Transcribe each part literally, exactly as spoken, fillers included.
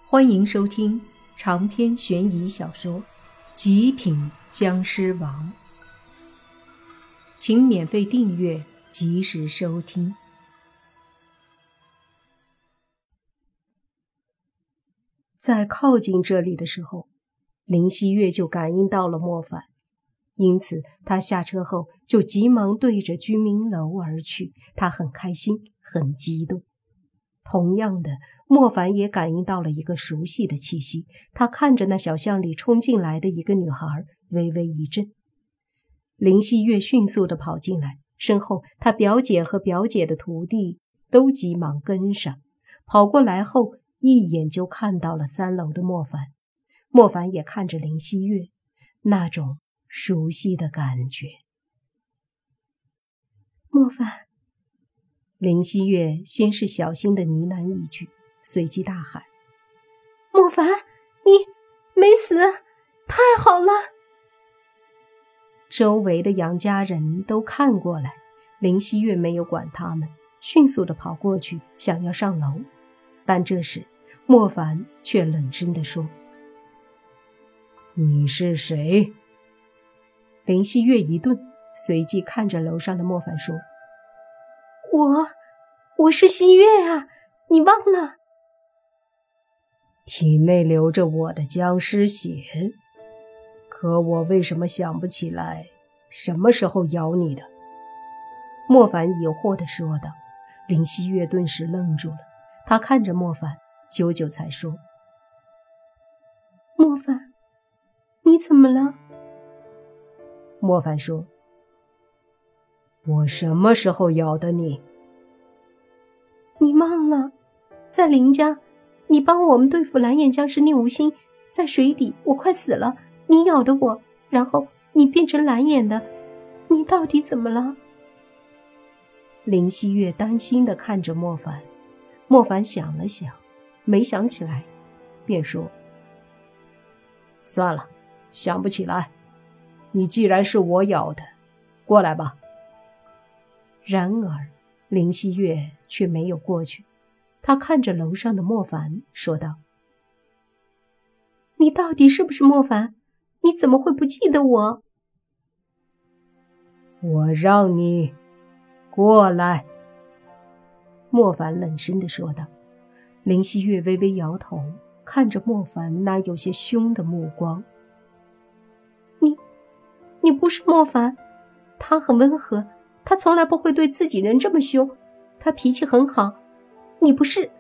欢迎收听长篇悬疑小说《极品僵尸王》，请免费订阅，及时收听。在靠近这里的时候，林希月就感应到了莫凡，因此他下车后就急忙对着居民楼而去，他很开心，很激动。同样的，莫凡也感应到了一个熟悉的气息，他看着那小巷里冲进来的一个女孩，微微一震。林希月迅速地跑进来，身后他表姐和表姐的徒弟都急忙跟上，跑过来后一眼就看到了三楼的莫凡。莫凡也看着林希月，那种熟悉的感觉。莫凡。林希月先是小心地呢喃一句，随即大喊：莫凡，你没死，太好了！周围的杨家人都看过来，林希月没有管他们，迅速地跑过去想要上楼。但这时莫凡却冷声地说：你是谁？林希月一顿，随即看着楼上的莫凡说：我我是希月啊，你忘了？体内流着我的僵尸血，可我为什么想不起来什么时候咬你的？莫凡疑惑地说道。林希月顿时愣住了，他看着莫凡，久久才说：莫凡，你怎么了？莫凡说：我什么时候咬的你？你忘了，在林家，你帮我们对付蓝眼僵尸宁无心，在水底我快死了，你咬的我，然后你变成蓝眼的，你到底怎么了？林希月担心地看着莫凡，莫凡想了想，没想起来，便说：算了，想不起来，你既然是我咬的，过来吧。然而林希月却没有过去，他看着楼上的莫凡说道：你到底是不是莫凡？你怎么会不记得我？我让你过来。莫凡冷声地说道。林希月微微摇头，看着莫凡那有些凶的目光。你你不是莫凡，他很温和，他从来不会对自己人这么凶，他脾气很好，你不是。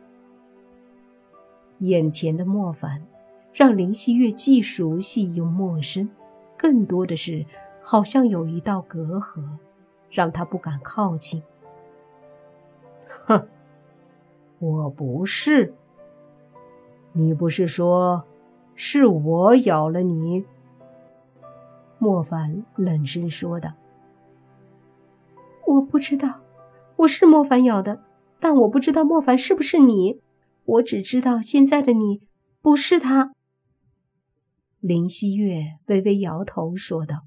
眼前的莫凡让林希月既熟悉又陌生，更多的是好像有一道隔阂，让他不敢靠近。哼，我不是。你不是说是我咬了你？莫凡冷声说道。我不知道，我是莫凡咬的，但我不知道莫凡是不是你，我只知道现在的你不是他。林希月微微摇头说道。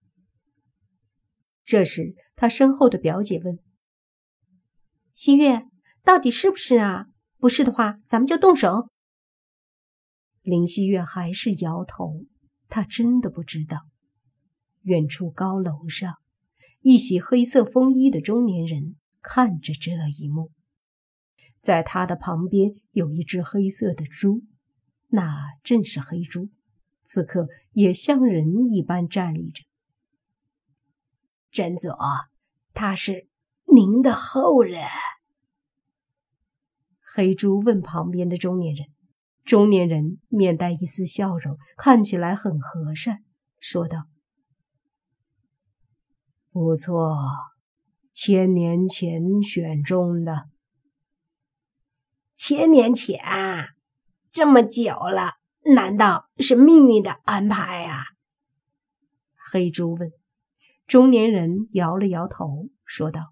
这时他身后的表姐问：希月，到底是不是啊？不是的话，咱们就动手。林希月还是摇头，他真的不知道。远处高楼上，一袭黑色风衣的中年人看着这一幕，在他的旁边有一只黑色的猪，那正是黑猪，此刻也像人一般站立着。真佐，他是您的后人？黑猪问旁边的中年人。中年人面带一丝笑容，看起来很和善，说道：不错，千年前选中的。千年前？这么久了，难道是命运的安排啊？黑猪问。中年人摇了摇头，说道：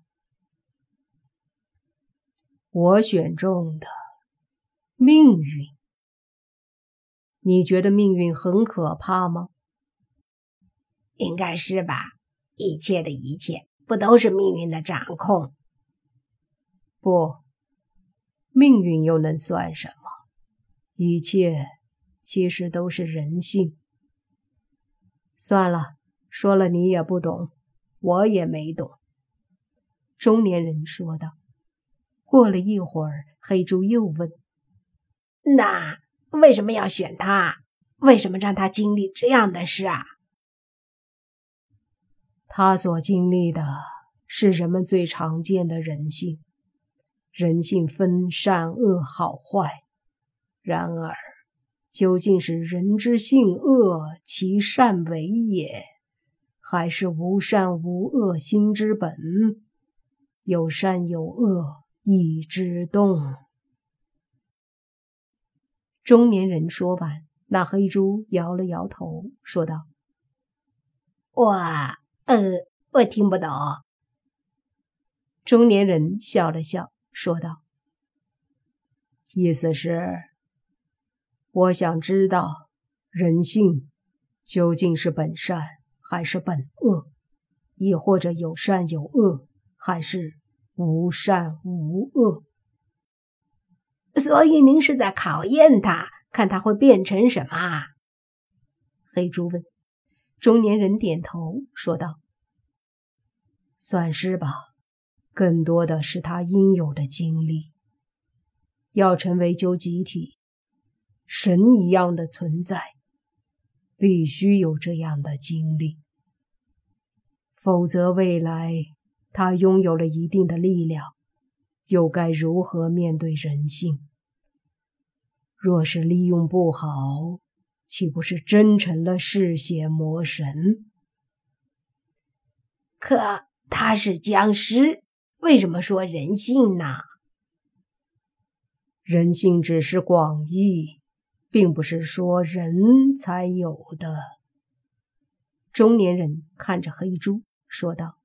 我选中的命运。你觉得命运很可怕吗？应该是吧，一切的一切不都是命运的掌控？不，命运又能算什么？ 一切其实都是人性。算了，说了你也不懂，我也没懂。中年人说道。过了一会儿，黑猪又问： 那为什么要选他？为什么让他经历这样的事啊？ 他所经历的是人们最常见的人性，人性分善恶好坏。然而，究竟是人之性恶，其善为也，还是无善无恶心之本？有善有恶意之动。中年人说完，那黑猪摇了摇头，说道： 我呃，我听不懂。 中年人笑了笑，说道：意思是，我想知道人性究竟是本善还是本恶，亦或者有善有恶，还是无善无恶。 所以您是在考验他，看他会变成什么？ 黑猪问。中年人点头说道：算是吧，更多的是他应有的经历。要成为究极体，神一样的存在，必须有这样的经历，否则未来他拥有了一定的力量，又该如何面对人性？若是利用不好，岂不是真成了嗜血魔神？ 可他是僵尸，为什么说人性呢？ 人性只是广义，并不是说人才有的。中年人看着黑猪说道：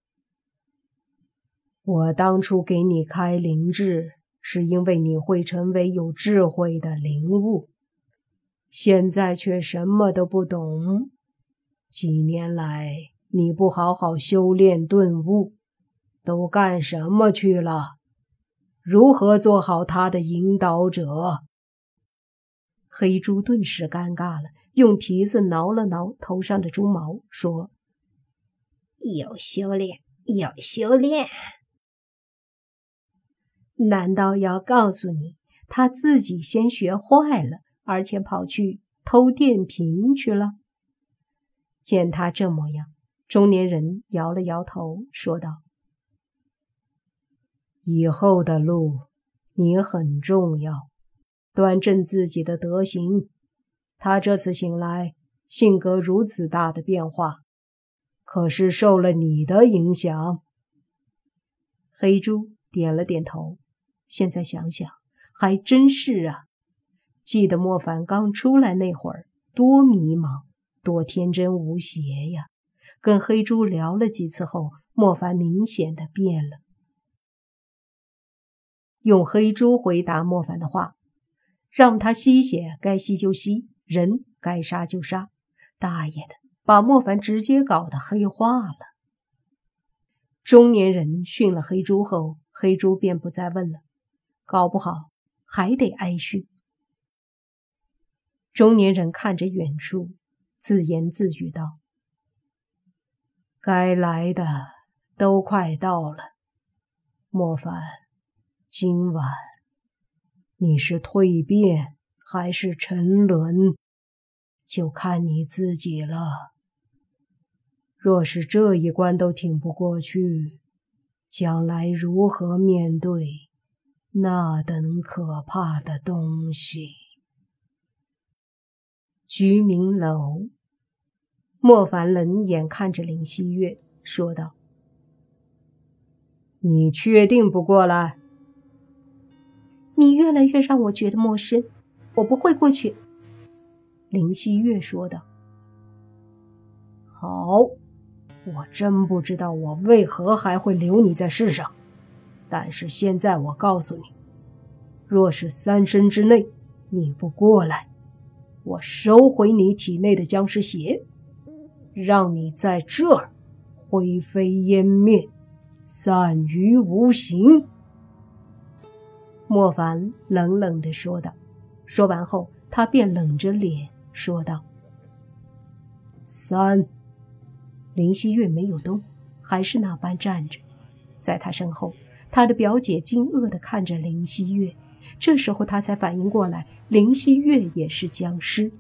我当初给你开灵智，是因为你会成为有智慧的灵物，现在却什么都不懂。几年来你不好好修炼顿悟，都干什么去了？如何做好他的引导者？黑猪顿时尴尬了，用蹄子挠了挠头上的猪毛，说： 有修炼，有修炼。 难道要告诉你，他自己先学坏了，而且跑去偷电瓶去了？见他这模样，中年人摇了摇头，说道：以后的路你很重要，端正自己的德行。他这次醒来，性格如此大的变化，可是受了你的影响。黑猪点了点头，现在想想，还真是啊。记得莫凡刚出来那会儿，多迷茫，多天真无邪呀。跟黑猪聊了几次后，莫凡明显的变了。用黑猪回答莫凡的话，让他吸血该吸就吸，人该杀就杀，大爷的，把莫凡直接搞得黑化了。中年人训了黑猪后，黑猪便不再问了，搞不好还得挨训。中年人看着远处，自言自语道：该来的都快到了，莫凡，今晚你是蜕变还是沉沦，就看你自己了。若是这一关都挺不过去，将来如何面对那等可怕的东西？居民楼，莫凡冷眼看着林希月，说道：你确定不过来？ 你越来越让我觉得陌生，我不会过去。 林希月说道。好，我真不知道我为何还会留你在世上，但是现在我告诉你，若是三生之内你不过来，我收回你体内的僵尸血，让你在这儿灰飞烟灭，散于无形。莫凡冷冷地说道。说完后， 他便冷着脸说道：三。林希月没有动，还是那般站着。在他身后，他的表姐惊愕地看着林希月，这时候他才反应过来，林希月也是僵尸。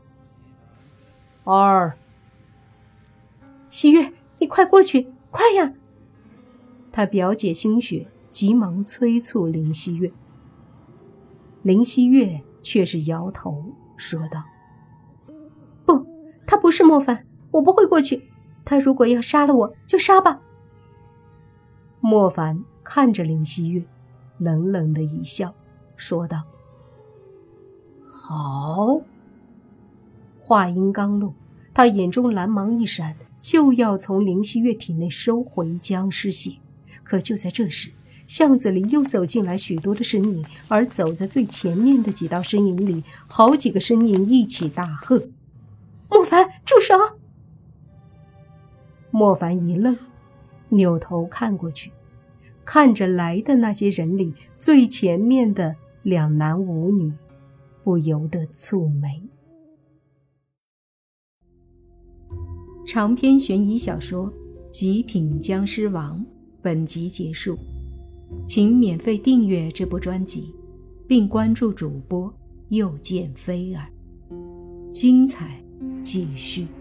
二。 希月，你快过去，快呀！ 他表姐心雪急忙催促林希月。林希月却是摇头说道： 不，他不是莫凡，我不会过去，他如果要杀了我就杀吧。 莫凡看着林希月，冷冷的一笑说道：好。话音刚落，他眼中蓝芒一闪，就要从林希月体内收回僵尸血。可就在这时，巷子里又走进来许多的身影，而走在最前面的几道身影里，好几个身影一起大喝： 莫凡，住手！ 莫凡一愣，扭头看过去，看着来的那些人里最前面的两男五女，不由得蹙眉。长篇悬疑小说《极品僵尸王》本集结束，请免费订阅这部专辑，并关注主播又见菲儿，精彩继续。